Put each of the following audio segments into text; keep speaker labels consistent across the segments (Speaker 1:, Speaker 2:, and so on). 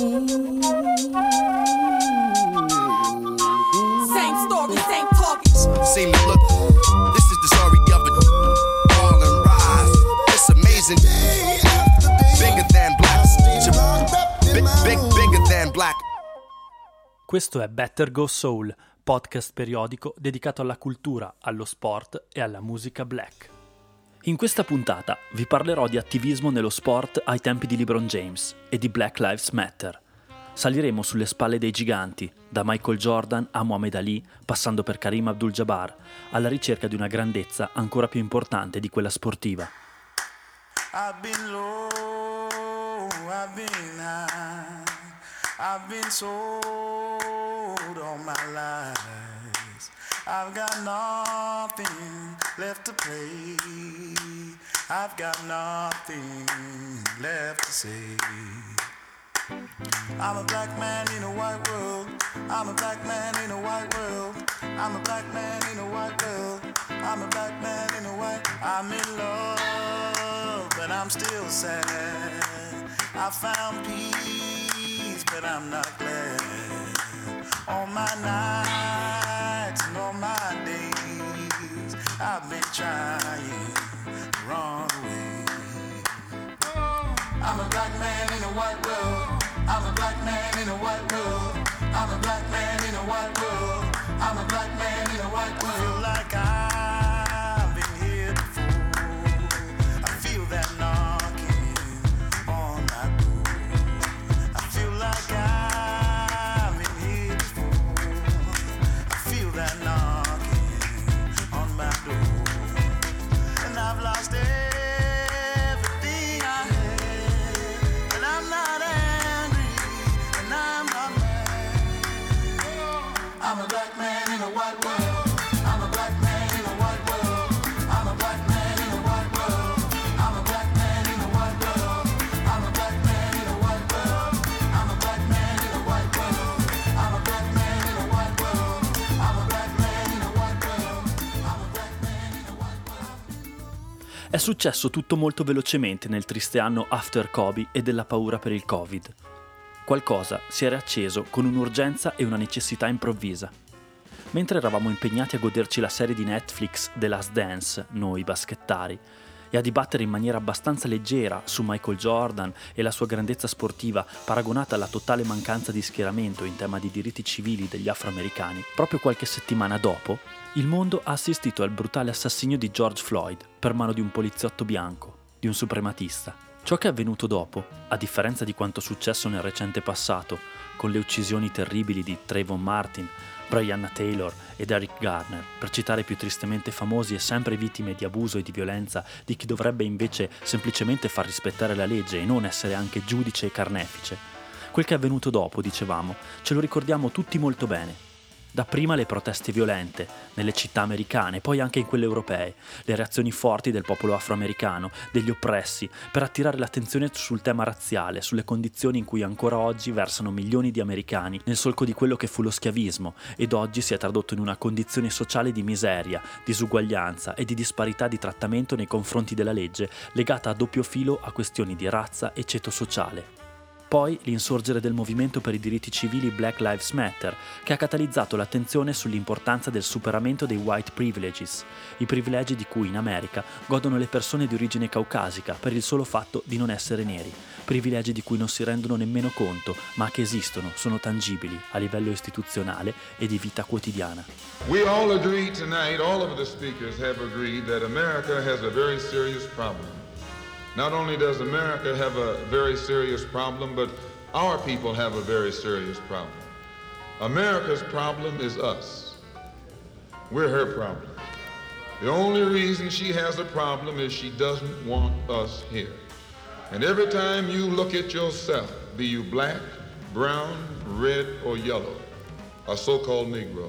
Speaker 1: Same story, same talking.
Speaker 2: See me look, this is the story of a fall and rise. It's amazing. Bigger than black. Bigger than black.
Speaker 3: Questo è Better Go Soul, podcast periodico dedicato alla cultura, allo sport e alla musica black. In questa puntata vi parlerò di attivismo nello sport ai tempi di LeBron James e di Black Lives Matter. Saliremo sulle spalle dei giganti, da Michael Jordan a Muhammad Ali, passando per Kareem Abdul-Jabbar, alla ricerca di una grandezza ancora più importante di quella sportiva.
Speaker 4: I've been low, I've been high, I've been sold all my life. I've got nothing left to play, I've got nothing left to say. I'm a black man in a white world, I'm a black man in a white world, I'm a black man in a white world, I'm a black man in a white. I'm in love, but I'm still sad. I found peace, but I'm not glad. All my nights and all my days, I've been trying the wrong way. I'm a black man in a white world, I'm a black man in a white world, I'm a black man in a white world, I'm a black man in a white world. I feel like I've been here before, I feel that knocking on my door. I feel like I've been here before, I feel that knocking on my door. And I've lost everything I had, and I'm not angry, and I'm not mad. I'm a black man in a white world, I'm a black man in a white world, I'm a black man in a white world, I'm a black man in a white world, I'm a black man in a white world, I'm a black man in a white world, I'm a black man in a white world, I'm a black man in a white world, I'm a black man in a white world.
Speaker 3: È successo tutto molto velocemente nel triste anno after Kobe e della paura per il Covid. Qualcosa si era acceso con un'urgenza e una necessità improvvisa. Mentre eravamo impegnati a goderci la serie di Netflix The Last Dance, noi baschettari, e a dibattere in maniera abbastanza leggera su Michael Jordan e la sua grandezza sportiva paragonata alla totale mancanza di schieramento in tema di diritti civili degli afroamericani, proprio qualche settimana dopo, il mondo ha assistito al brutale assassinio di George Floyd per mano di un poliziotto bianco, di un suprematista. Ciò che è avvenuto dopo, a differenza di quanto successo nel recente passato, con le uccisioni terribili di Trayvon Martin, Breonna Taylor ed Eric Garner, per citare più tristemente famosi e sempre vittime di abuso e di violenza di chi dovrebbe invece semplicemente far rispettare la legge e non essere anche giudice e carnefice. Quel che è avvenuto dopo, dicevamo, ce lo ricordiamo tutti molto bene. Dapprima le proteste violente, nelle città americane, poi anche in quelle europee, le reazioni forti del popolo afroamericano, degli oppressi, per attirare l'attenzione sul tema razziale, sulle condizioni in cui ancora oggi versano milioni di americani nel solco di quello che fu lo schiavismo, ed oggi si è tradotto in una condizione sociale di miseria, disuguaglianza e di disparità di trattamento nei confronti della legge, legata a doppio filo a questioni di razza e ceto sociale. Poi l'insorgere del movimento per i diritti civili Black Lives Matter, che ha catalizzato l'attenzione sull'importanza del superamento dei white privileges, i privilegi di cui in America godono le persone di origine caucasica per il solo fatto di non essere neri, privilegi di cui non si rendono nemmeno conto, ma che esistono, sono tangibili a livello istituzionale e di vita quotidiana.
Speaker 5: We all agreed tonight, all of the speakers have agreed that America has a very serious problem. Not only does America have a very serious problem, but our people have a very serious problem. America's problem is us. We're her problem. The only reason she has a problem is she doesn't want us here. And every time you look at yourself, be you black, brown, red, or yellow, a so-called Negro,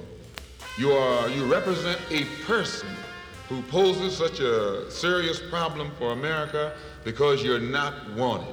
Speaker 5: you represent a person who poses such a serious problem for America because you're not wanted.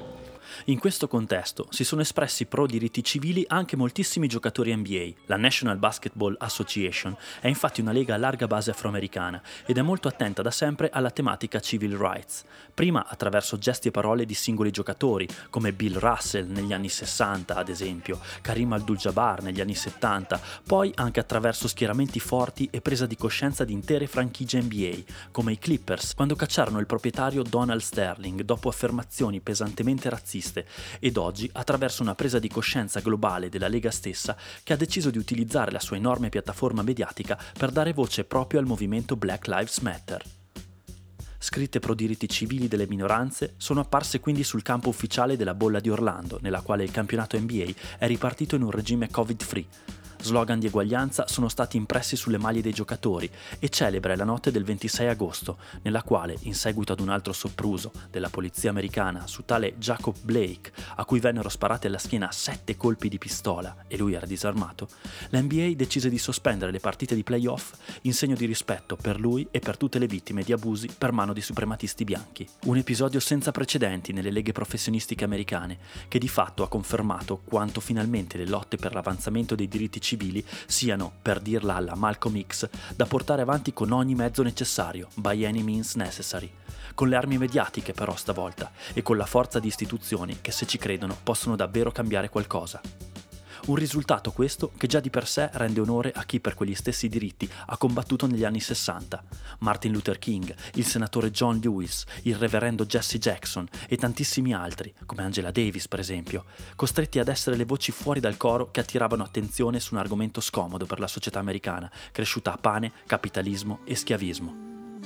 Speaker 3: In questo contesto si sono espressi pro diritti civili anche moltissimi giocatori NBA. La National Basketball Association è infatti una lega a larga base afroamericana ed è molto attenta da sempre alla tematica civil rights, prima attraverso gesti e parole di singoli giocatori come Bill Russell negli anni 60 ad esempio, Kareem Abdul-Jabbar negli anni 70, poi anche attraverso schieramenti forti e presa di coscienza di intere franchigie NBA come i Clippers quando cacciarono il proprietario Donald Sterling dopo affermazioni pesantemente razziste, ed oggi attraverso una presa di coscienza globale della Lega stessa che ha deciso di utilizzare la sua enorme piattaforma mediatica per dare voce proprio al movimento Black Lives Matter. Scritte pro diritti civili delle minoranze sono apparse quindi sul campo ufficiale della bolla di Orlando, nella quale il campionato NBA è ripartito in un regime Covid-free. Slogan di eguaglianza sono stati impressi sulle maglie dei giocatori e celebre la notte del 26 agosto, nella quale, in seguito ad un altro sopruso della polizia americana su tale Jacob Blake, a cui vennero sparate alla schiena 7 colpi di pistola e lui era disarmato, l'NBA decise di sospendere le partite di playoff in segno di rispetto per lui e per tutte le vittime di abusi per mano di suprematisti bianchi. Un episodio senza precedenti nelle leghe professionistiche americane, che di fatto ha confermato quanto finalmente le lotte per l'avanzamento dei diritti civili siano, per dirla alla Malcolm X, da portare avanti con ogni mezzo necessario, by any means necessary, con le armi mediatiche però stavolta, e con la forza di istituzioni che, se ci credono, possono davvero cambiare qualcosa. Un risultato questo che già di per sé rende onore a chi per quegli stessi diritti ha combattuto negli anni 60. Martin Luther King, il senatore John Lewis, il reverendo Jesse Jackson e tantissimi altri, come Angela Davis per esempio, costretti ad essere le voci fuori dal coro che attiravano attenzione su un argomento scomodo per la società americana, cresciuta a pane, capitalismo e schiavismo.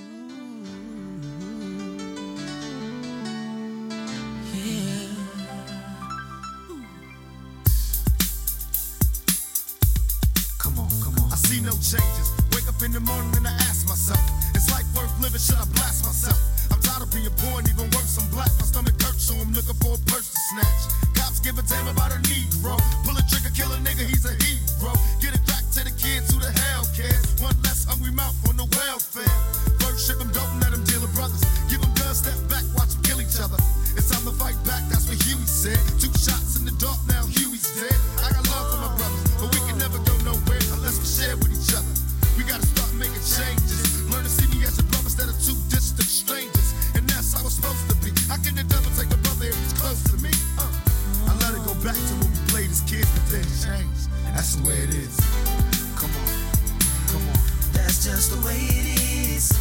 Speaker 6: No changes. Wake up in the morning and I ask myself, is life worth living? Should I blast myself? I'm tired of being poor and even worse, I'm black. My stomach hurts, so I'm looking for a purse to snatch. Cops give a damn about a Negro. Pull a trigger, kill a nigga, he's a hero. Get it back to the kids who the hell cares. One less hungry mouth on the welfare. First ship them, don't let them deal with brothers. Give them guns, step back, watch them kill each other. It's time to fight back, that's what Huey said. 2 shots in the dark, now Huey's dead. I got love for my brothers, but we can never go nowhere unless we share with each other. We gotta start making changes. Learn to see me as a brother instead of 2 distant strangers. And that's how it's supposed to be. How can the devil take a brother if he's close to me? I let it go back to when we played as kids, but things changed. That's the way it is. Come on, come on.
Speaker 7: That's just the way it is.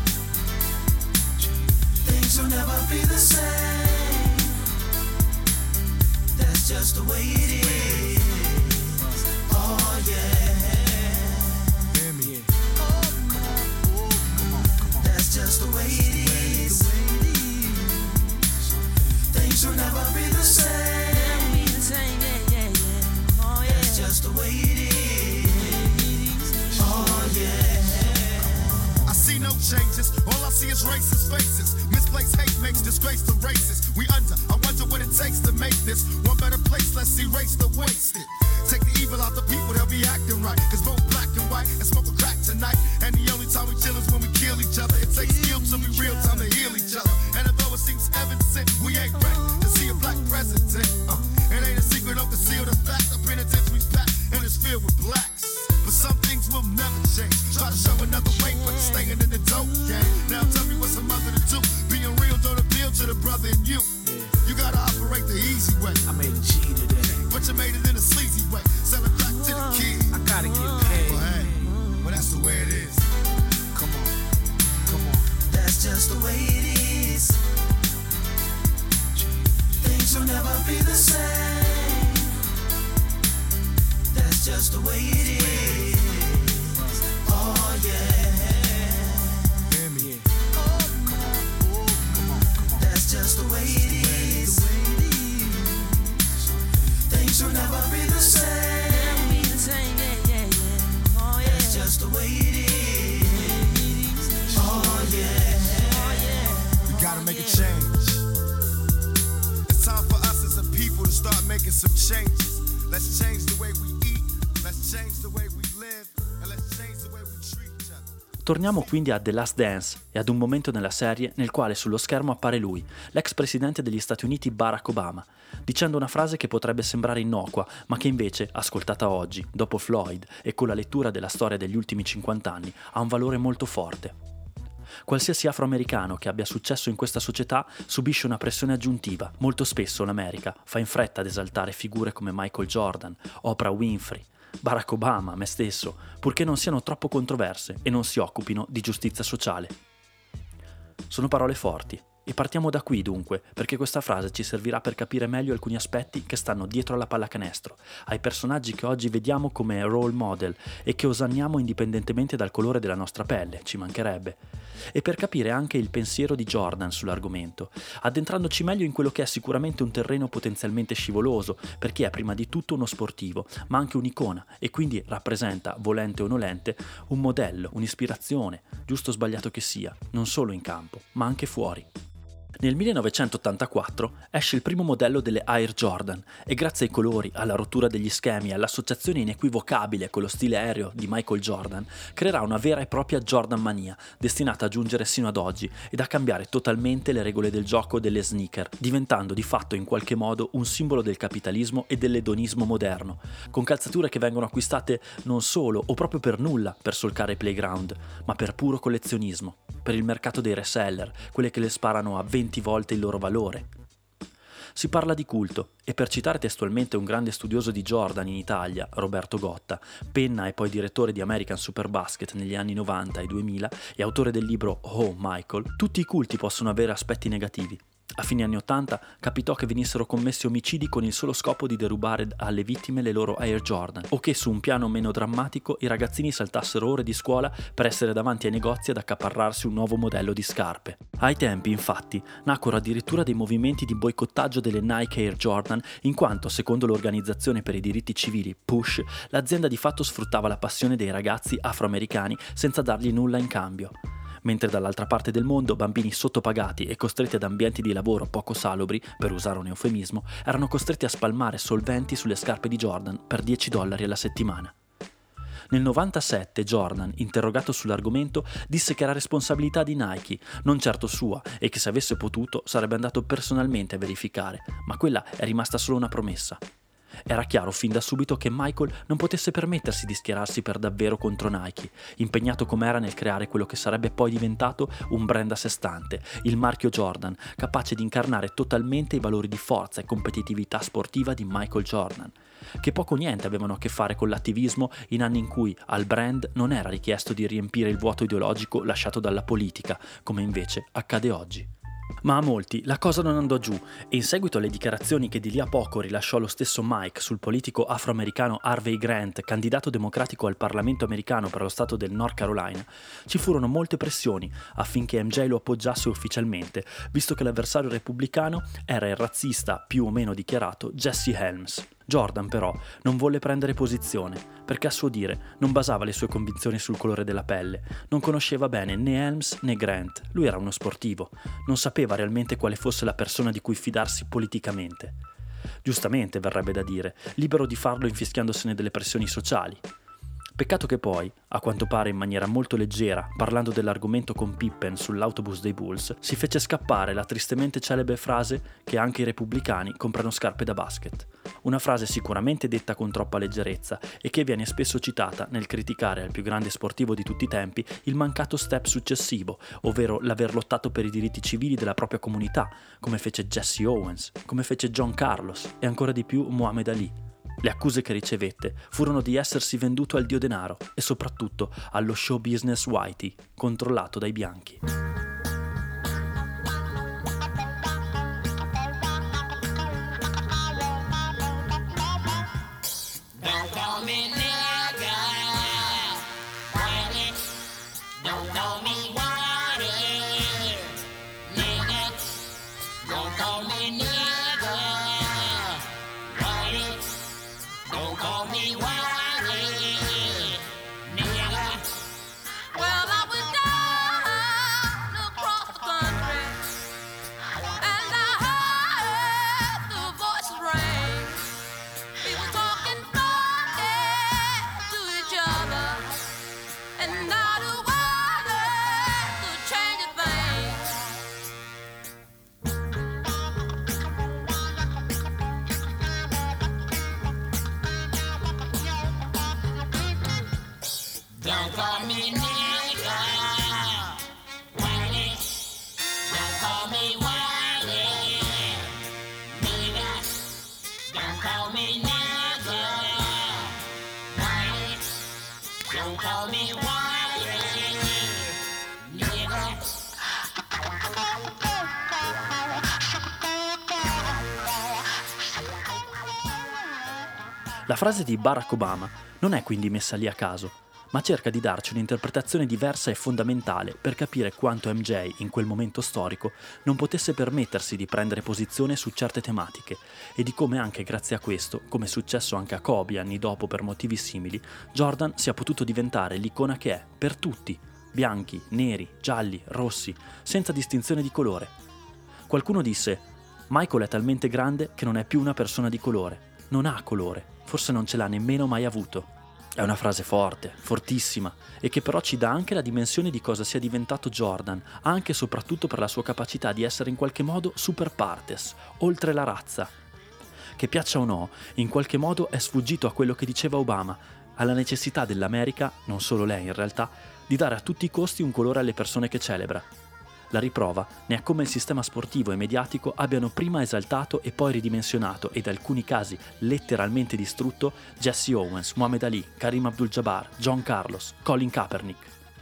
Speaker 7: Things will never be the same. That's just the way it is. Oh yeah. That's just the way it is. Things will never be the same. That's just the way it is. Oh yeah.
Speaker 6: I see no changes. All I see is racist faces. Misplaced hate makes disgrace to races. We under. I wonder what it takes to make this one better place. Let's erase the wasted. Take the evil out the people, they'll be acting right. Cause both black and white and smoke a crack tonight. And the only time we chill is when we kill each other. It takes skill to be real time to heal each other. And although it seems evident, we ain't ready to see a black president. It ain't a secret, don't conceal the fact. The penitentiary's packed and it's filled with blacks. But some things will never change. Try to show another way, but it's staying in the dope game. Now tell me what's a mother to do. Being real don't appeal to the brother in you. You gotta operate the easy way.
Speaker 7: I made a G today,
Speaker 6: but you made it in a sleazy way. Selling crack to the kid.
Speaker 7: I gotta get paid.
Speaker 6: Well, hey, well that's the way it is. Come on, come on.
Speaker 7: That's just the way it is. Things will never be the same. That's just the way it is. Oh yeah.
Speaker 6: Hear me.
Speaker 7: That's just the way it is. Things will never be the same. That's just the way it is. Oh yeah.
Speaker 6: We gotta make a change. It's time for us as a people to start making some changes. Let's change the way we eat. Let's change the way we live. And let's change the way we treat each other.
Speaker 3: Torniamo quindi a The Last Dance e ad un momento nella serie nel quale sullo schermo appare lui, l'ex presidente degli Stati Uniti Barack Obama, dicendo una frase che potrebbe sembrare innocua, ma che invece, ascoltata oggi, dopo Floyd e con la lettura della storia degli ultimi 50 anni, ha un valore molto forte. Qualsiasi afroamericano che abbia successo in questa società subisce una pressione aggiuntiva. Molto spesso l'America fa in fretta ad esaltare figure come Michael Jordan, Oprah Winfrey, Barack Obama, me stesso, purché non siano troppo controverse e non si occupino di giustizia sociale. Sono parole forti. E partiamo da qui dunque, perché questa frase ci servirà per capire meglio alcuni aspetti che stanno dietro alla pallacanestro, ai personaggi che oggi vediamo come role model e che osanniamo indipendentemente dal colore della nostra pelle, ci mancherebbe. E per capire anche il pensiero di Jordan sull'argomento, addentrandoci meglio in quello che è sicuramente un terreno potenzialmente scivoloso, perché è prima di tutto uno sportivo, ma anche un'icona, e quindi rappresenta, volente o nolente, un modello, un'ispirazione, giusto o sbagliato che sia, non solo in campo, ma anche fuori. Nel 1984 esce il primo modello delle Air Jordan e grazie ai colori, alla rottura degli schemi e all'associazione inequivocabile con lo stile aereo di Michael Jordan, creerà una vera e propria Jordan mania, destinata a giungere sino ad oggi ed a cambiare totalmente le regole del gioco delle sneaker, diventando di fatto in qualche modo un simbolo del capitalismo e dell'edonismo moderno, con calzature che vengono acquistate non solo o proprio per nulla per solcare i playground, ma per puro collezionismo, per il mercato dei reseller, quelle che le sparano a 20 volte il loro valore. Si parla di culto e per citare testualmente un grande studioso di Jordan in Italia, Roberto Gotta, penna e poi direttore di American Superbasket negli anni 90 e 2000 e autore del libro Oh Michael, tutti i culti possono avere aspetti negativi. A fine anni 80 capitò che venissero commessi omicidi con il solo scopo di derubare alle vittime le loro Air Jordan, o che su un piano meno drammatico i ragazzini saltassero ore di scuola per essere davanti ai negozi ad accaparrarsi un nuovo modello di scarpe. Ai tempi, infatti, nacquero addirittura dei movimenti di boicottaggio delle Nike Air Jordan, in quanto, secondo l'organizzazione per i diritti civili PUSH, l'azienda di fatto sfruttava la passione dei ragazzi afroamericani senza dargli nulla in cambio. Mentre dall'altra parte del mondo bambini sottopagati e costretti ad ambienti di lavoro poco salubri, per usare un eufemismo, erano costretti a spalmare solventi sulle scarpe di Jordan per $10 alla settimana. Nel 97 Jordan, interrogato sull'argomento, disse che era responsabilità di Nike, non certo sua, e che se avesse potuto sarebbe andato personalmente a verificare, ma quella è rimasta solo una promessa. Era chiaro fin da subito che Michael non potesse permettersi di schierarsi per davvero contro Nike, impegnato com'era nel creare quello che sarebbe poi diventato un brand a sé stante, il marchio Jordan, capace di incarnare totalmente i valori di forza e competitività sportiva di Michael Jordan, che poco o niente avevano a che fare con l'attivismo in anni in cui al brand non era richiesto di riempire il vuoto ideologico lasciato dalla politica, come invece accade oggi. Ma a molti la cosa non andò giù e in seguito alle dichiarazioni che di lì a poco rilasciò lo stesso Mike sul politico afroamericano Harvey Grant, candidato democratico al Parlamento americano per lo stato del North Carolina, ci furono molte pressioni affinché MJ lo appoggiasse ufficialmente, visto che l'avversario repubblicano era il razzista più o meno dichiarato Jesse Helms. Jordan però non volle prendere posizione, perché a suo dire non basava le sue convinzioni sul colore della pelle, non conosceva bene né Helms né Grant, lui era uno sportivo, non sapeva realmente quale fosse la persona di cui fidarsi politicamente. Giustamente, verrebbe da dire, libero di farlo infischiandosene delle pressioni sociali. Peccato che poi, a quanto pare in maniera molto leggera, parlando dell'argomento con Pippen sull'autobus dei Bulls, si fece scappare la tristemente celebre frase che anche i repubblicani comprano scarpe da basket. Una frase sicuramente detta con troppa leggerezza e che viene spesso citata nel criticare al più grande sportivo di tutti i tempi il mancato step successivo, ovvero l'aver lottato per i diritti civili della propria comunità, come fece Jesse Owens, come fece John Carlos e ancora di più Muhammad Ali. Le accuse che ricevette furono di essersi venduto al dio denaro e soprattutto allo show business whitey, controllato dai bianchi.
Speaker 1: And not a word
Speaker 7: Don't call me nigga. Whitey. Don't call me Whitey. Nigga. Don't call me nigga. Whitey. Don't call me Whitey. Nigga.
Speaker 3: La frase di Barack Obama non è quindi messa lì a caso, ma cerca di darci un'interpretazione diversa e fondamentale per capire quanto MJ, in quel momento storico, non potesse permettersi di prendere posizione su certe tematiche e di come anche grazie a questo, come è successo anche a Kobe anni dopo per motivi simili, Jordan sia potuto diventare l'icona che è per tutti, bianchi, neri, gialli, rossi, senza distinzione di colore. Qualcuno disse: Michael è talmente grande che non è più una persona di colore, non ha colore. Forse non ce l'ha nemmeno mai avuto. È una frase forte, fortissima, e che però ci dà anche la dimensione di cosa sia diventato Jordan, anche e soprattutto per la sua capacità di essere in qualche modo super partes, oltre la razza. Che piaccia o no, in qualche modo è sfuggito a quello che diceva Obama, alla necessità dell'America, non solo lei in realtà, di dare a tutti i costi un colore alle persone che celebra. La riprova ne è come il sistema sportivo e mediatico abbiano prima esaltato e poi ridimensionato ed in alcuni casi letteralmente distrutto Jesse Owens, Muhammad Ali, Kareem Abdul-Jabbar, John Carlos, Colin Kaepernick.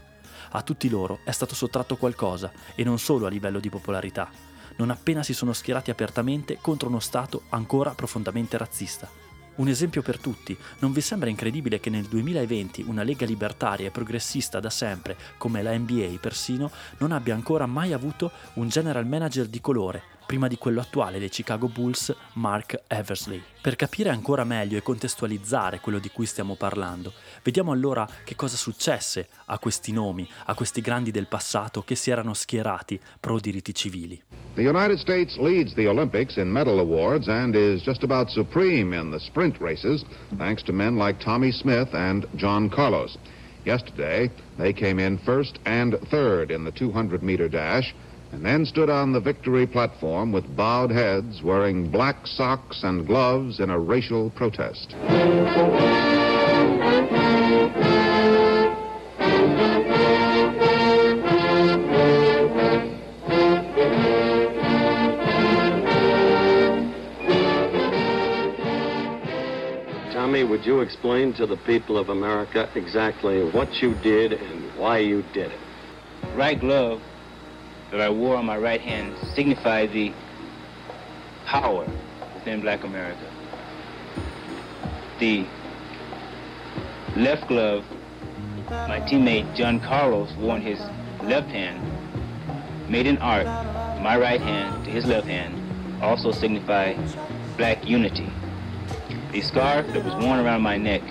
Speaker 3: A tutti loro è stato sottratto qualcosa, e non solo a livello di popolarità, non appena si sono schierati apertamente contro uno Stato ancora profondamente razzista. Un esempio per tutti, non vi sembra incredibile che nel 2020 una lega libertaria e progressista da sempre, come la NBA persino, non abbia ancora mai avuto un general manager di colore, prima di quello attuale dei Chicago Bulls, Mark Eversley. Per capire ancora meglio e contestualizzare quello di cui stiamo parlando, vediamo allora che cosa successe a questi nomi, a questi grandi del passato che si erano schierati pro diritti civili.
Speaker 8: The United States leads the Olympics in medal awards and is just about supreme in the sprint races, thanks to men like Tommy Smith and John Carlos. Yesterday, they came in first and third in the 200-meter dash, and then stood on the victory platform with bowed heads, wearing black socks and gloves in a racial protest.
Speaker 9: Tommy, would you explain to the people of America exactly what you did and why you did it?
Speaker 10: Right glove that I wore on my right hand signified the power within Black America. The left glove my teammate John Carlos wore on his left hand, made in art, my right hand to his left hand, also signified Black unity. The scarf that was worn around my neck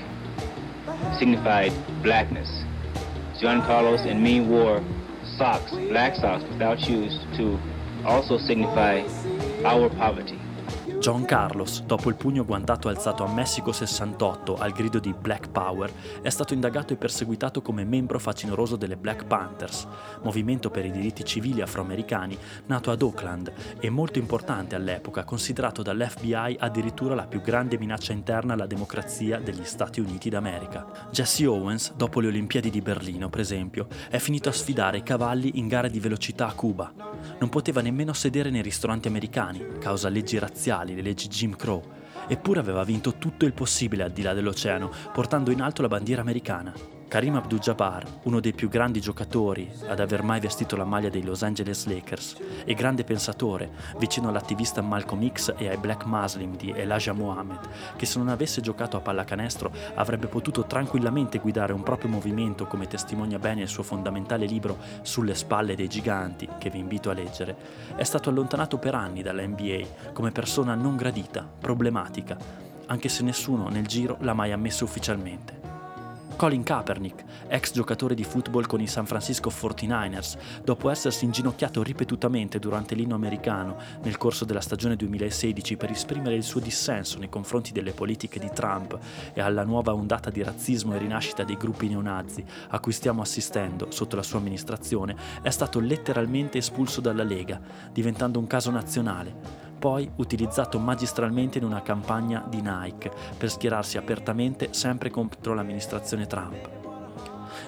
Speaker 10: signified blackness. John Carlos and me wore socks, black socks without shoes, to also signify our poverty.
Speaker 3: John Carlos, dopo il pugno guantato alzato a Messico 68 al grido di Black Power, è stato indagato e perseguitato come membro facinoroso delle Black Panthers, movimento per i diritti civili afroamericani nato ad Oakland e molto importante all'epoca, considerato dall'FBI addirittura la più grande minaccia interna alla democrazia degli Stati Uniti d'America. Jesse Owens, dopo le Olimpiadi di Berlino, per esempio, è finito a sfidare i cavalli in gare di velocità a Cuba. Non poteva nemmeno sedere nei ristoranti americani, causa leggi razziali, le leggi Jim Crow, eppure aveva vinto tutto il possibile al di là dell'oceano, portando in alto la bandiera americana. Kareem Abdul-Jabbar, uno dei più grandi giocatori ad aver mai vestito la maglia dei Los Angeles Lakers e grande pensatore, vicino all'attivista Malcolm X e ai Black Muslim di Elijah Muhammad, che se non avesse giocato a pallacanestro avrebbe potuto tranquillamente guidare un proprio movimento, come testimonia bene il suo fondamentale libro Sulle spalle dei giganti, che vi invito a leggere, è stato allontanato per anni dalla NBA come persona non gradita, problematica, anche se nessuno nel giro l'ha mai ammesso ufficialmente. Colin Kaepernick, ex giocatore di football con i San Francisco 49ers, dopo essersi inginocchiato ripetutamente durante l'inno americano nel corso della stagione 2016 per esprimere il suo dissenso nei confronti delle politiche di Trump e alla nuova ondata di razzismo e rinascita dei gruppi neonazi a cui stiamo assistendo sotto la sua amministrazione, è stato letteralmente espulso dalla Lega, diventando un caso nazionale, poi utilizzato magistralmente in una campagna di Nike per schierarsi apertamente sempre contro l'amministrazione Trump.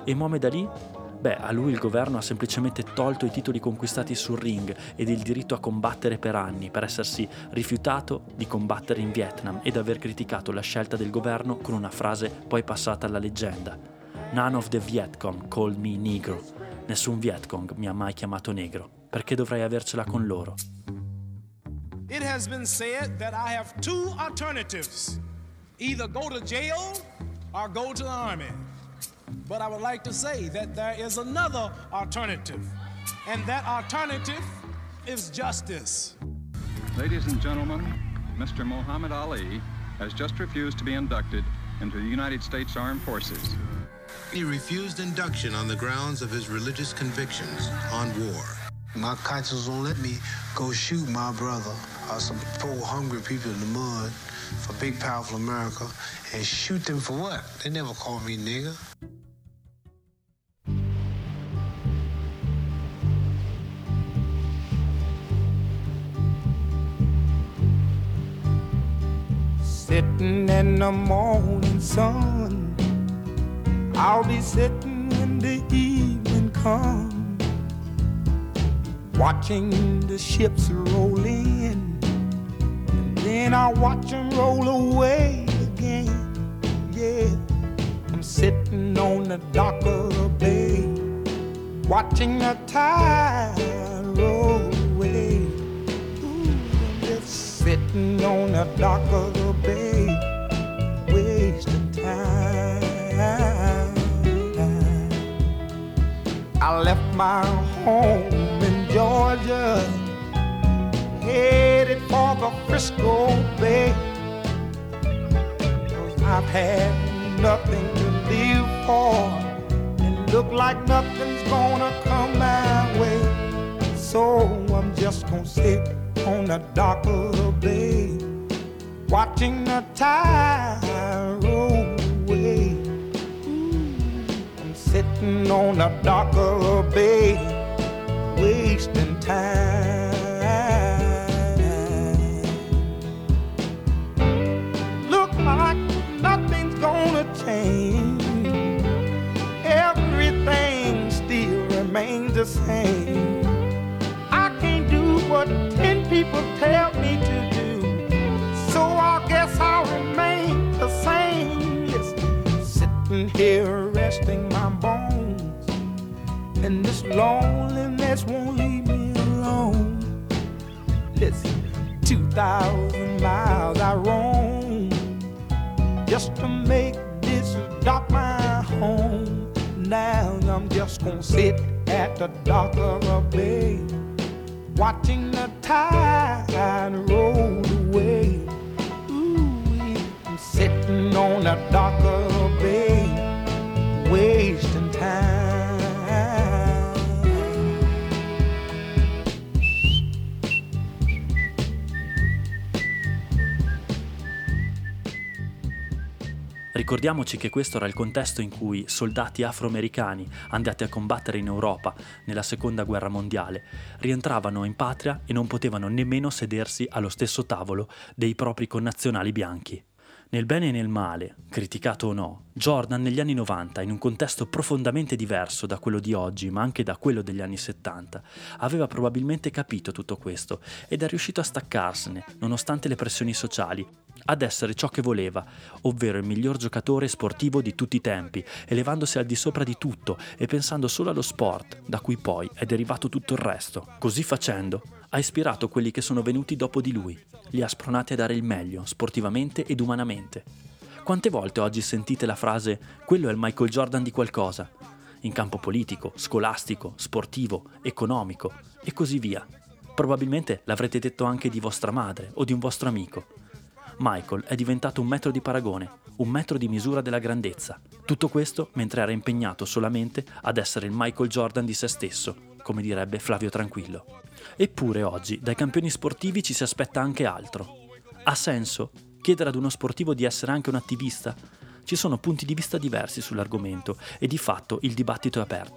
Speaker 3: E Muhammad Ali? Beh, a lui il governo ha semplicemente tolto i titoli conquistati sul ring ed il diritto a combattere per anni per essersi rifiutato di combattere in Vietnam ed aver criticato la scelta del governo con una frase poi passata alla leggenda: "None of the Vietcong called me negro." Nessun Vietcong mi ha mai chiamato negro. Perché dovrei avercela con loro?
Speaker 11: It has been said that I have two alternatives: either go to jail or go to the army. But I would like to say that there is another alternative, and that alternative is justice.
Speaker 12: Ladies and gentlemen, Mr. Muhammad Ali has just refused to be inducted into the United States Armed Forces.
Speaker 13: He refused induction on the grounds of his religious convictions on war.
Speaker 14: My conscience won't let me go shoot my brother or some poor hungry people in the mud for big powerful America and shoot them for what? They never called me nigger.
Speaker 15: Sitting in the morning sun, I'll be sitting when the evening comes, watching the ships roll in, and then I'll watch them roll away again. Yeah, I'm sitting on the dock of the bay, watching the tide roll away. Ooh, I'm just sitting on the dock of the bay, wasting time. I left my home in Georgia, headed for the Frisco Bay, 'cause I've had nothing to live for, and look like nothing's gonna come my way. So I'm just gonna sit on the dock of the bay, watching the tide roll away. I'm sitting on the dock of the bay, wasting time. Look like nothing's gonna change, everything still remains the same. I can't do what 10 people tell me to do, so I guess I'll remain the same. Yes, sitting here resting my bones, and this loneliness won't leave me alone. Listen, 2,000 miles I roam just to make this dock my home. Now I'm just gonna sit at the dock of the bay, watching the tide roll away. Ooh, I'm sitting on the dock of the bay, wasting time.
Speaker 3: Ricordiamoci che questo era il contesto in cui soldati afroamericani andati a combattere in Europa nella Seconda Guerra Mondiale rientravano in patria e non potevano nemmeno sedersi allo stesso tavolo dei propri connazionali bianchi. Nel bene e nel male, criticato o no, Jordan negli anni 90, in un contesto profondamente diverso da quello di oggi, ma anche da quello degli anni 70, aveva probabilmente capito tutto questo ed è riuscito a staccarsene, nonostante le pressioni sociali, ad essere ciò che voleva, ovvero il miglior giocatore sportivo di tutti i tempi, elevandosi al di sopra di tutto e pensando solo allo sport, da cui poi è derivato tutto il resto. Così facendo, ha ispirato quelli che sono venuti dopo di lui, li ha spronati a dare il meglio, sportivamente ed umanamente. Quante volte oggi sentite la frase «quello è il Michael Jordan di qualcosa», in campo politico, scolastico, sportivo, economico e così via. Probabilmente l'avrete detto anche di vostra madre o di un vostro amico. Michael è diventato un metro di paragone, un metro di misura della grandezza. Tutto questo mentre era impegnato solamente ad essere il Michael Jordan di se stesso, come direbbe Flavio Tranquillo. Eppure oggi dai campioni sportivi ci si aspetta anche altro. Ha senso chiedere ad uno sportivo di essere anche un attivista? Ci sono punti di vista diversi sull'argomento e di fatto il dibattito è aperto.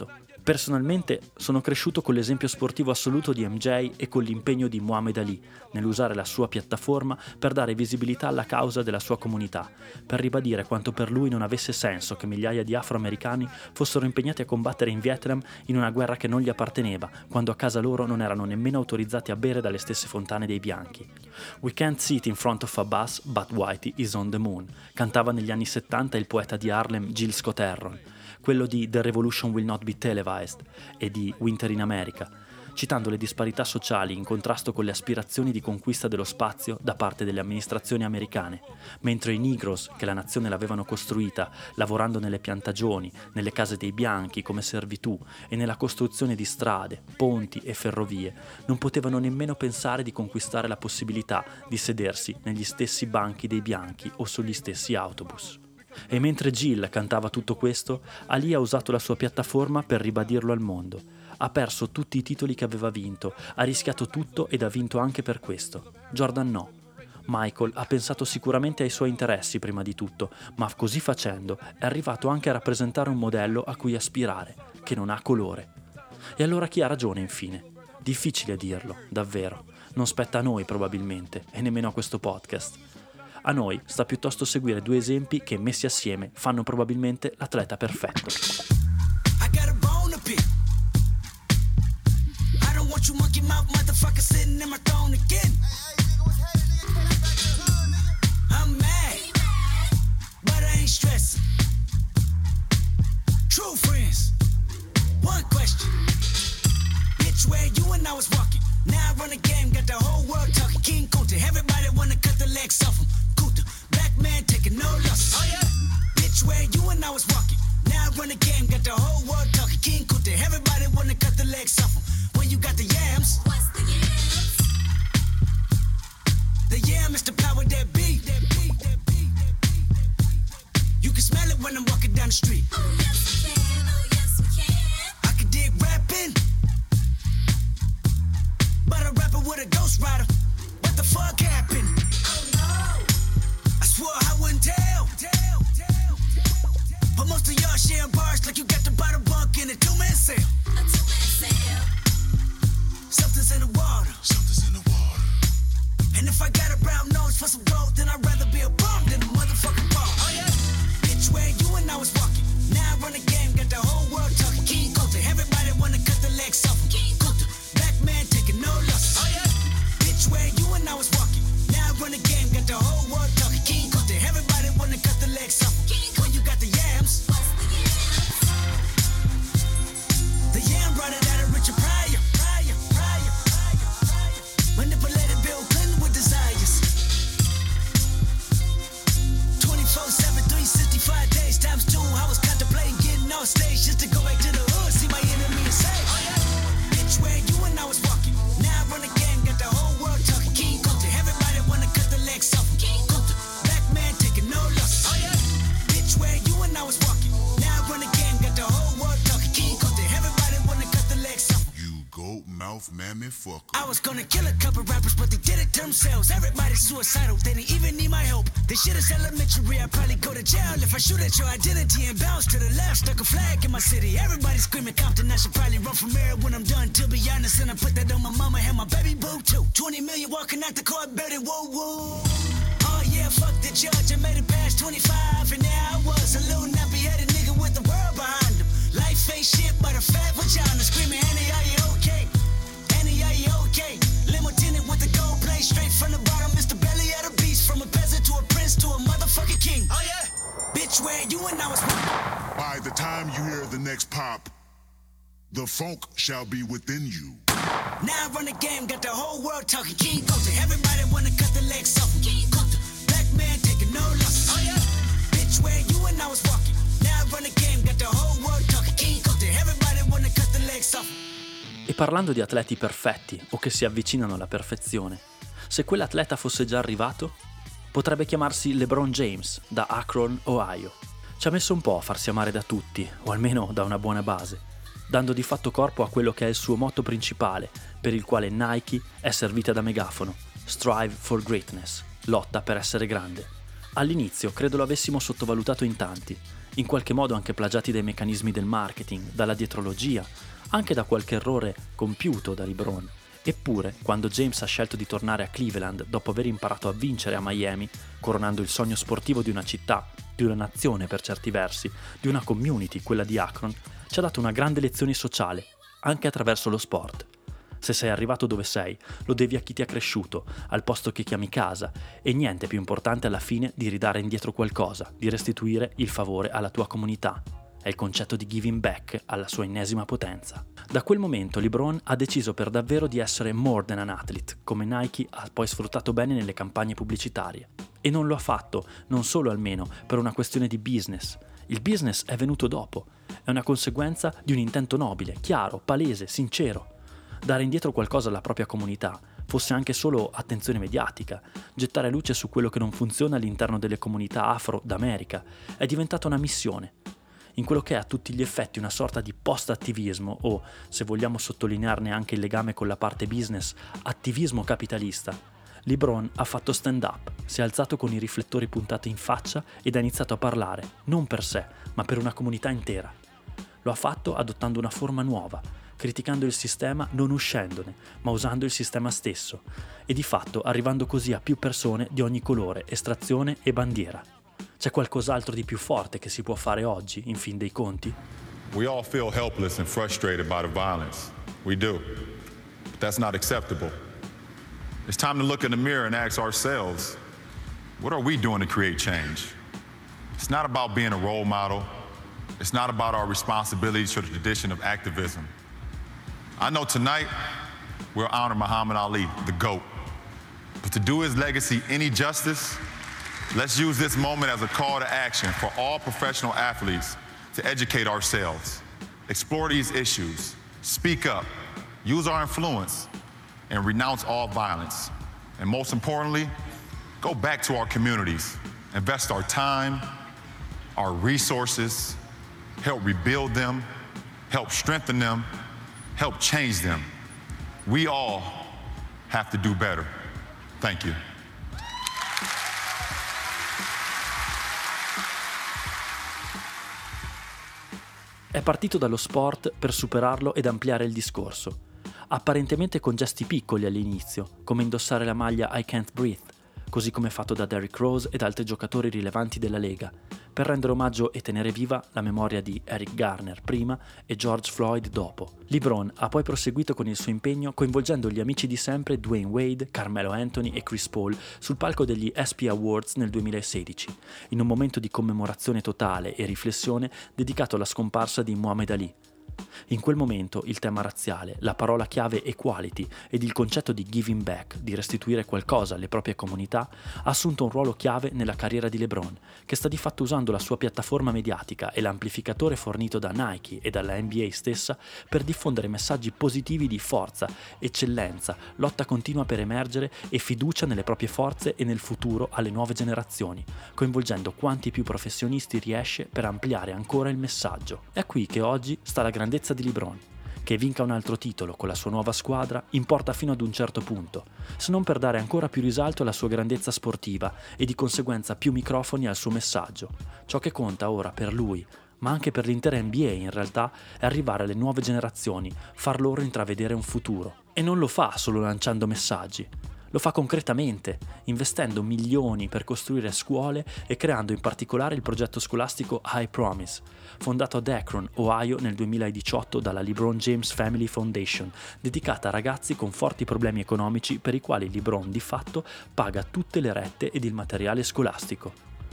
Speaker 3: Personalmente sono cresciuto con l'esempio sportivo assoluto di MJ e con l'impegno di Muhammad Ali nell'usare la sua piattaforma per dare visibilità alla causa della sua comunità, per ribadire quanto per lui non avesse senso che migliaia di afroamericani fossero impegnati a combattere in Vietnam in una guerra che non gli apparteneva, quando a casa loro non erano nemmeno autorizzati a bere dalle stesse fontane dei bianchi. We can't sit in front of a bus, but Whitey is on the moon, cantava negli anni 70 il poeta di Harlem Gil Scott-Heron, quello di The Revolution Will Not Be Televised e di Winter in America, citando le disparità sociali in contrasto con le aspirazioni di conquista dello spazio da parte delle amministrazioni americane, mentre i Negroes, che la nazione l'avevano costruita lavorando nelle piantagioni, nelle case dei bianchi come servitù e nella costruzione di strade, ponti e ferrovie, non potevano nemmeno pensare di conquistare la possibilità di sedersi negli stessi banchi dei bianchi o sugli stessi autobus. E mentre Gil cantava tutto questo, Ali ha usato la sua piattaforma per ribadirlo al mondo. Ha perso tutti i titoli che aveva vinto, ha rischiato tutto ed ha vinto anche per questo. Jordan no. Michael ha pensato sicuramente ai suoi interessi prima di tutto, ma così facendo è arrivato anche a rappresentare un modello a cui aspirare, che non ha colore. E allora chi ha ragione infine? Difficile dirlo, davvero. Non spetta a noi probabilmente, e nemmeno a questo podcast. A noi sta piuttosto seguire due esempi che messi assieme fanno probabilmente l'atleta perfetto.
Speaker 7: I got a bone to pick. I don't want you monkey mouth motherfucker sitting in my throne again. I'm mad, but I ain't stressing. True friends, one question. Bitch, where you and I was walking. Now I run the game, got the whole world talking. King Kunta, everybody wanna cut the legs off him. Kunta, black man taking no losses. Oh yeah. Bitch, where you and I was walking. Now I run the game, got the whole world talking. King Kunta, everybody wanna cut the legs off him. When you got the yams. What's the yams? The yam is the power that be. You can smell it when I'm walking down the street. Oh yes we can, oh yes we can. I can dig rapping, but a rapper with a ghost rider. What the fuck happened? Oh no! I swore I wouldn't tell. But most of y'all sharing bars like you got the bottom bunk in a two-man sale. A two-man sale. Something's in the water. Something's in the water. And if I got a brown nose for some gold, then I'd rather be a bum than a motherfucking bum. Oh yeah. Bitch, where you and I was walking. Now I run the game, got the whole world talking. King Kunta, everybody wanna cut the legs off him. King Kunta, black man taking no losses. Oh yeah. Bitch, where you and I was walking. Now I run the game, got the whole world talking. King Kunta, everybody wanna cut the legs off him. When you got the yams. What's the yams? The yam brought it out of Richard Pryor. Manipulated Bill Clinton with desires. 24/7, 365 days times 2. I was contemplating getting off stage just to go back to the hood, see my enemy and say, oh yeah. Bitch, where you and I was walking. Now I run the game, got the whole world talking. King Kunta, everybody wanna cut the legs off him. King Kunta, black man taking no losses. Oh yeah. Bitch, where you and I was walking. Now I run the game, got the whole world talking. King Kunta, everybody wanna cut the legs off him.
Speaker 13: You goat mouth mammy fucker.
Speaker 7: I was gonna kill a couple rappers, but they did it to themselves. Everybody's suicidal, they didn't even need my help. This shit is elementary, I'd probably go to jail if I shoot at your identity and bounce to the left. Stuck a flag in my city, everybody screaming Compton. I should probably run from here when I'm done, to be honest. And I put that on my mama and my baby boo too. 20 million walking out the court, better woo woo. Oh yeah, fuck the judge, I made it past 25. And there I was, a little nappy-headed nigga with the world behind him. Life ain't shit but a fat vagina. Screaming, Annie, are you okay? Annie, are you okay? Limo tinted with the gold plate, straight from the bottom. Mr. Belly of the beast, from a peasant to a prince to a motherfucking king. Oh yeah. Bitch, where you and I was.
Speaker 13: By the time you hear the next pop, the funk shall be within you.
Speaker 7: Now I run the game, got the whole world talking. King Kunta, everybody wanna cut the legs off him. King Kunta, black man taking no losses. Oh yeah. Bitch, where you and I was walking. Now I run the game, got the whole world talking. King Kunta, everybody wanna cut the legs off him.
Speaker 3: E parlando di atleti perfetti o che si avvicinano alla perfezione, se quell'atleta fosse già arrivato, potrebbe chiamarsi LeBron James da Akron, Ohio. Ci ha messo un po' a farsi amare da tutti, o almeno da una buona base, dando di fatto corpo a quello che è il suo motto principale, per il quale Nike è servita da megafono: Strive for Greatness, lotta per essere grande. All'inizio credo lo avessimo sottovalutato in tanti. in qualche modo anche plagiati dai meccanismi del marketing, dalla dietrologia, anche da qualche errore compiuto da LeBron. Eppure, quando James ha scelto di tornare a Cleveland dopo aver imparato a vincere a Miami, coronando il sogno sportivo di una città, di una nazione per certi versi, di una community, quella di Akron, ci ha dato una grande lezione sociale, anche attraverso lo sport. Se sei arrivato dove sei, lo devi a chi ti ha cresciuto, al posto che chiami casa, e niente più importante alla fine di ridare indietro qualcosa, di restituire il favore alla tua comunità. È il concetto di giving back alla sua ennesima potenza. Da quel momento LeBron ha deciso per davvero di essere more than an athlete, come Nike ha poi sfruttato bene nelle campagne pubblicitarie. E non lo ha fatto, non solo almeno, per una questione di business. Il business è venuto dopo, è una conseguenza di un intento nobile, chiaro, palese, sincero. Dare indietro qualcosa alla propria comunità, fosse anche solo attenzione mediatica, gettare luce su quello che non funziona all'interno delle comunità afro d'America, è diventata una missione. In quello che è a tutti gli effetti una sorta di post-attivismo o, se vogliamo sottolinearne anche il legame con la parte business, attivismo capitalista, LeBron ha fatto stand up, si è alzato con i riflettori puntati in faccia ed ha iniziato a parlare, non per sé, ma per una comunità intera. Lo ha fatto adottando una forma nuova, criticando il sistema non uscendone, ma usando il sistema stesso, e di fatto arrivando così a più persone di ogni colore, estrazione e bandiera. C'è qualcos'altro di più forte che si può fare oggi, in fin dei conti?
Speaker 16: We all feel helpless and frustrated by the violence. We do. But that's not acceptable. It's time to look in the mirror and ask ourselves, what are we doing to create change? It's not about being a role model. It's not about our responsibilities to the tradition of activism. I know tonight we'll honor Muhammad Ali, the GOAT. But to do his legacy any justice, let's use this moment as a call to action for all professional athletes to educate ourselves, explore these issues, speak up, use our influence, and renounce all violence. And most importantly, go back to our communities, invest our time, our resources, help rebuild them, help strengthen them, help change them. We all have to do better. Thank you.
Speaker 3: È partito dallo sport per superarlo ed ampliare il discorso, apparentemente con gesti piccoli all'inizio, come indossare la maglia I Can't Breathe, così come fatto da Derrick Rose ed altri giocatori rilevanti della Lega, per rendere omaggio e tenere viva la memoria di Eric Garner prima e George Floyd dopo. LeBron ha poi proseguito con il suo impegno coinvolgendo gli amici di sempre Dwayne Wade, Carmelo Anthony e Chris Paul sul palco degli ESPY Awards nel 2016, in un momento di commemorazione totale e riflessione dedicato alla scomparsa di Muhammad Ali. In quel momento il tema razziale, la parola chiave equality ed il concetto di giving back, di restituire qualcosa alle proprie comunità, ha assunto un ruolo chiave nella carriera di LeBron, che sta di fatto usando la sua piattaforma mediatica e l'amplificatore fornito da Nike e dalla NBA stessa per diffondere messaggi positivi di forza, eccellenza, lotta continua per emergere e fiducia nelle proprie forze e nel futuro alle nuove generazioni, coinvolgendo quanti più professionisti riesce per ampliare ancora il messaggio. È qui che oggi sta la grandezza di LeBron. Che vinca un altro titolo con la sua nuova squadra importa fino ad un certo punto, se non per dare ancora più risalto alla sua grandezza sportiva e di conseguenza più microfoni al suo messaggio. Ciò che conta ora per lui, ma anche per l'intera NBA in realtà, è arrivare alle nuove generazioni, far loro intravedere un futuro. E non lo fa solo lanciando messaggi. Lo fa concretamente, investendo milioni per costruire scuole e creando in particolare il progetto scolastico I Promise, fondato ad Akron, Ohio nel 2018 dalla LeBron James Family Foundation, dedicata a ragazzi con forti problemi economici per i quali LeBron di fatto paga tutte le rette ed il materiale scolastico.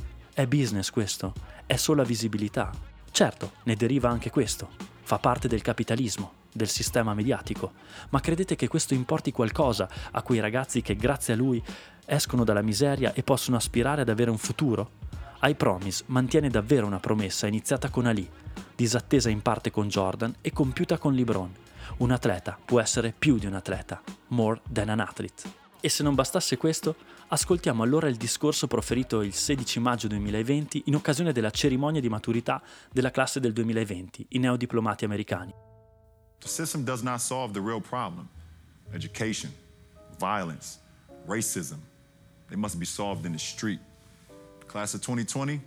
Speaker 3: È business questo? È sola visibilità? Certo, ne deriva anche questo. Fa parte del capitalismo, del sistema mediatico, ma credete che questo importi qualcosa a quei ragazzi che grazie a lui escono dalla miseria e possono aspirare ad avere un futuro? I Promise mantiene davvero una promessa iniziata con Ali, disattesa in parte con Jordan e compiuta con LeBron. Un atleta può essere più di un atleta, more than an athlete. E se non bastasse questo, ascoltiamo allora il discorso proferito il 16 maggio 2020 in occasione della cerimonia di maturità della classe del 2020, i neodiplomati americani.
Speaker 16: The system does not solve the real problem. Education, violence, racism, they must be solved in the street. The class of 2020,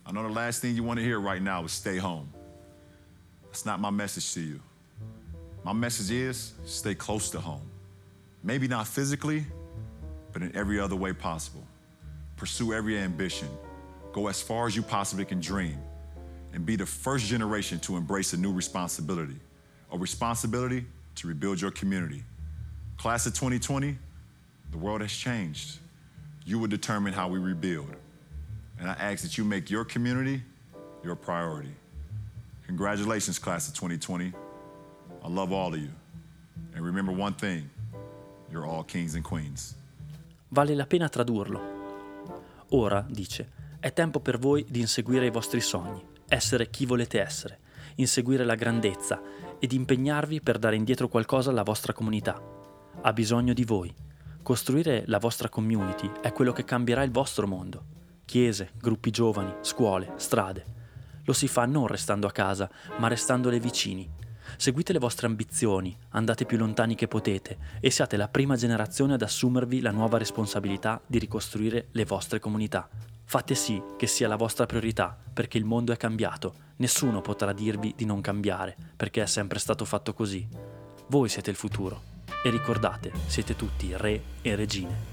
Speaker 16: I know the last thing you want to hear right now is stay home. That's not my message to you. My message is stay close to home. Maybe not physically, but in every other way possible. Pursue every ambition. Go as far as you possibly can dream. And be the first generation to embrace a new responsibility. A responsibility to rebuild your community. Class of 2020, the world has changed. You will determine how we rebuild. And I ask that you make your community your priority. Congratulations, class of 2020. I love all of you. And remember one thing, you're all kings and queens.
Speaker 3: Vale la pena tradurlo. Ora, dice, è tempo per voi di inseguire i vostri sogni, essere chi volete essere, inseguire la grandezza ed impegnarvi per dare indietro qualcosa alla vostra comunità. Ha bisogno di voi. Costruire la vostra community è quello che cambierà il vostro mondo. Chiese, gruppi giovani, scuole, strade. Lo si fa non restando a casa, ma restandole vicini. Seguite le vostre ambizioni, andate più lontani che potete e siate la prima generazione ad assumervi la nuova responsabilità di ricostruire le vostre comunità. Fate sì che sia la vostra priorità, perché il mondo è cambiato. Nessuno potrà dirvi di non cambiare, perché è sempre stato fatto così. Voi siete il futuro. E ricordate, siete tutti re e regine.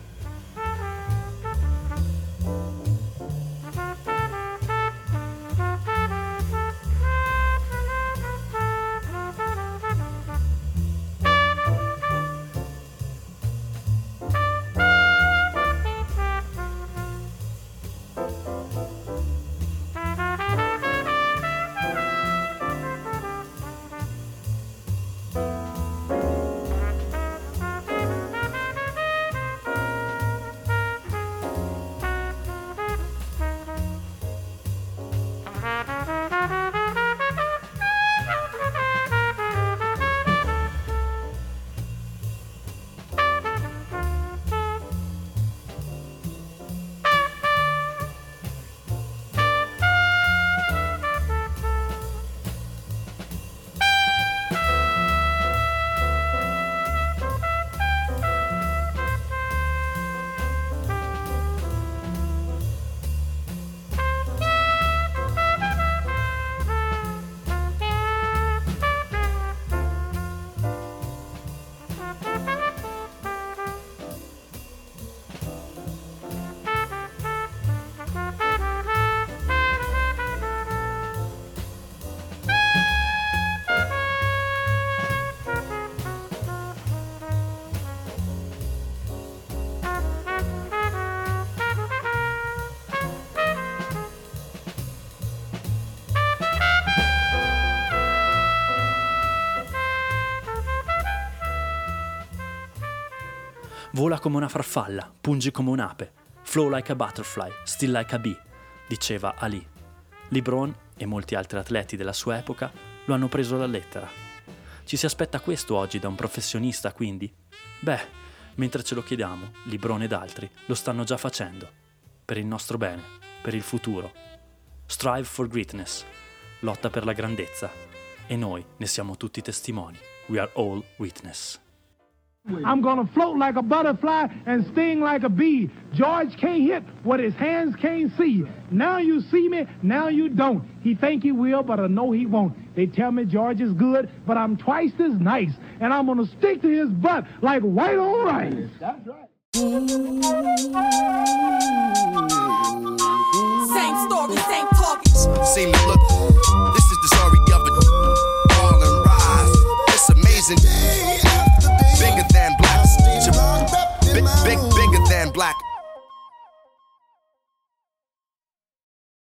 Speaker 3: Vola come una farfalla, pungi come un'ape, flow like a butterfly, still like a bee, diceva Ali. LeBron e molti altri atleti della sua epoca lo hanno preso alla lettera. Ci si aspetta questo oggi da un professionista, quindi? Beh, mentre ce lo chiediamo, LeBron ed altri lo stanno già facendo. Per il nostro bene, per il futuro. Strive for greatness, lotta per la grandezza. E noi ne siamo tutti testimoni. We are all witness.
Speaker 15: I'm gonna float like a butterfly and sting like a bee. George can't hit what his hands can't see. Now you see me, now you don't. He think he will, but I know he won't. They tell me George is good, but I'm twice as nice. And I'm gonna stick to his butt like white on rice. That's right.
Speaker 1: Same story, same target.
Speaker 2: See me look.